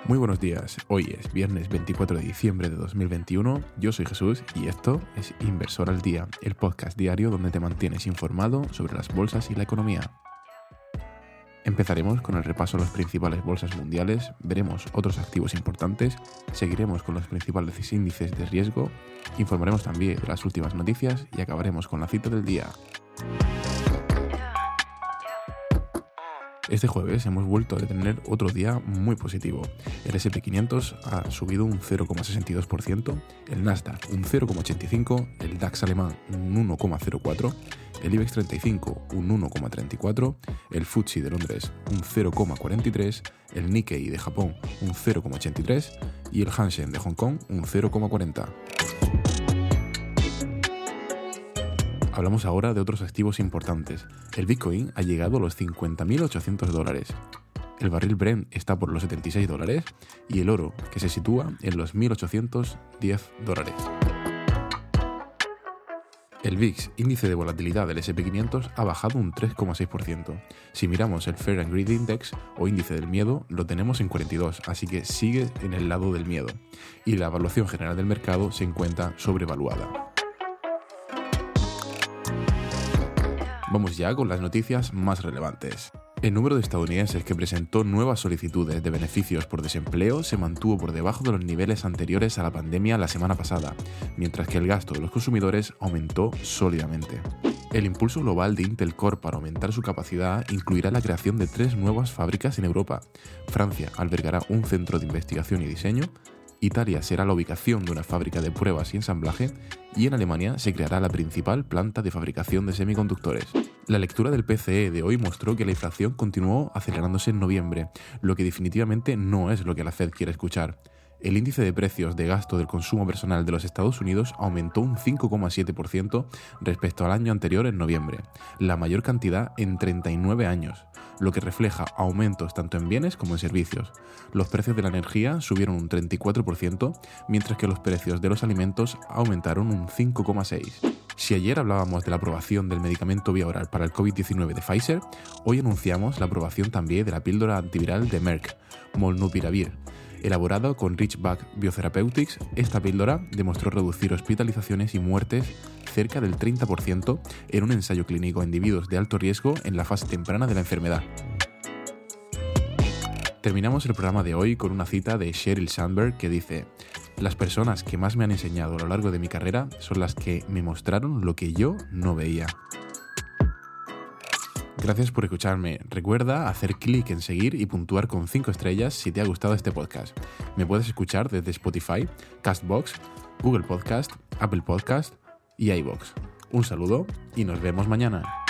Muy buenos días, hoy es viernes 24 de diciembre de 2021, yo soy Jesús y esto es Inversor al Día, el podcast diario donde te mantienes informado sobre las bolsas y la economía. Empezaremos con el repaso a las principales bolsas mundiales, veremos otros activos importantes, seguiremos con los principales índices de riesgo, informaremos también de las últimas noticias y acabaremos con la cita del día. Este jueves hemos vuelto a tener otro día muy positivo. El S&P 500 ha subido un 0,62%, el Nasdaq un 0,85%, el DAX alemán un 1,04%, el IBEX 35 un 1,34%, el FTSE de Londres un 0,43%, el Nikkei de Japón un 0,83% y el Hang Seng de Hong Kong un 0,40%. Hablamos ahora de otros activos importantes. El Bitcoin ha llegado a los $50.800. El barril Brent está por los $76 y el oro, que se sitúa en los $1.810. El VIX, índice de volatilidad del S&P 500, ha bajado un 3,6%. Si miramos el Fear and Greed Index, o índice del miedo, lo tenemos en 42, así que sigue en el lado del miedo. Y la evaluación general del mercado se encuentra sobrevaluada. Vamos ya con las noticias más relevantes. El número de estadounidenses que presentó nuevas solicitudes de beneficios por desempleo se mantuvo por debajo de los niveles anteriores a la pandemia la semana pasada, mientras que el gasto de los consumidores aumentó sólidamente. El impulso global de Intel Corp para aumentar su capacidad incluirá la creación de 3 nuevas fábricas en Europa. Francia albergará un centro de investigación y diseño, Italia será la ubicación de una fábrica de pruebas y ensamblaje y en Alemania se creará la principal planta de fabricación de semiconductores. La lectura del PCE de hoy mostró que la inflación continuó acelerándose en noviembre, lo que definitivamente no es lo que la Fed quiere escuchar. El índice de precios de gasto del consumo personal de los Estados Unidos aumentó un 5,7% respecto al año anterior en noviembre, la mayor cantidad en 39 años, lo que refleja aumentos tanto en bienes como en servicios. Los precios de la energía subieron un 34%, mientras que los precios de los alimentos aumentaron un 5,6%. Si ayer hablábamos de la aprobación del medicamento vía oral para el COVID-19 de Pfizer, hoy anunciamos la aprobación también de la píldora antiviral de Merck, Molnupiravir. Elaborado con Ridgeback Biotherapeutics, esta píldora demostró reducir hospitalizaciones y muertes cerca del 30% en un ensayo clínico en individuos de alto riesgo en la fase temprana de la enfermedad. Terminamos el programa de hoy con una cita de Sheryl Sandberg que dice: "Las personas que más me han enseñado a lo largo de mi carrera son las que me mostraron lo que yo no veía". Gracias por escucharme. Recuerda hacer clic en seguir y puntuar con 5 estrellas si te ha gustado este podcast. Me puedes escuchar desde Spotify, Castbox, Google Podcast, Apple Podcast y iVoox. Un saludo y nos vemos mañana.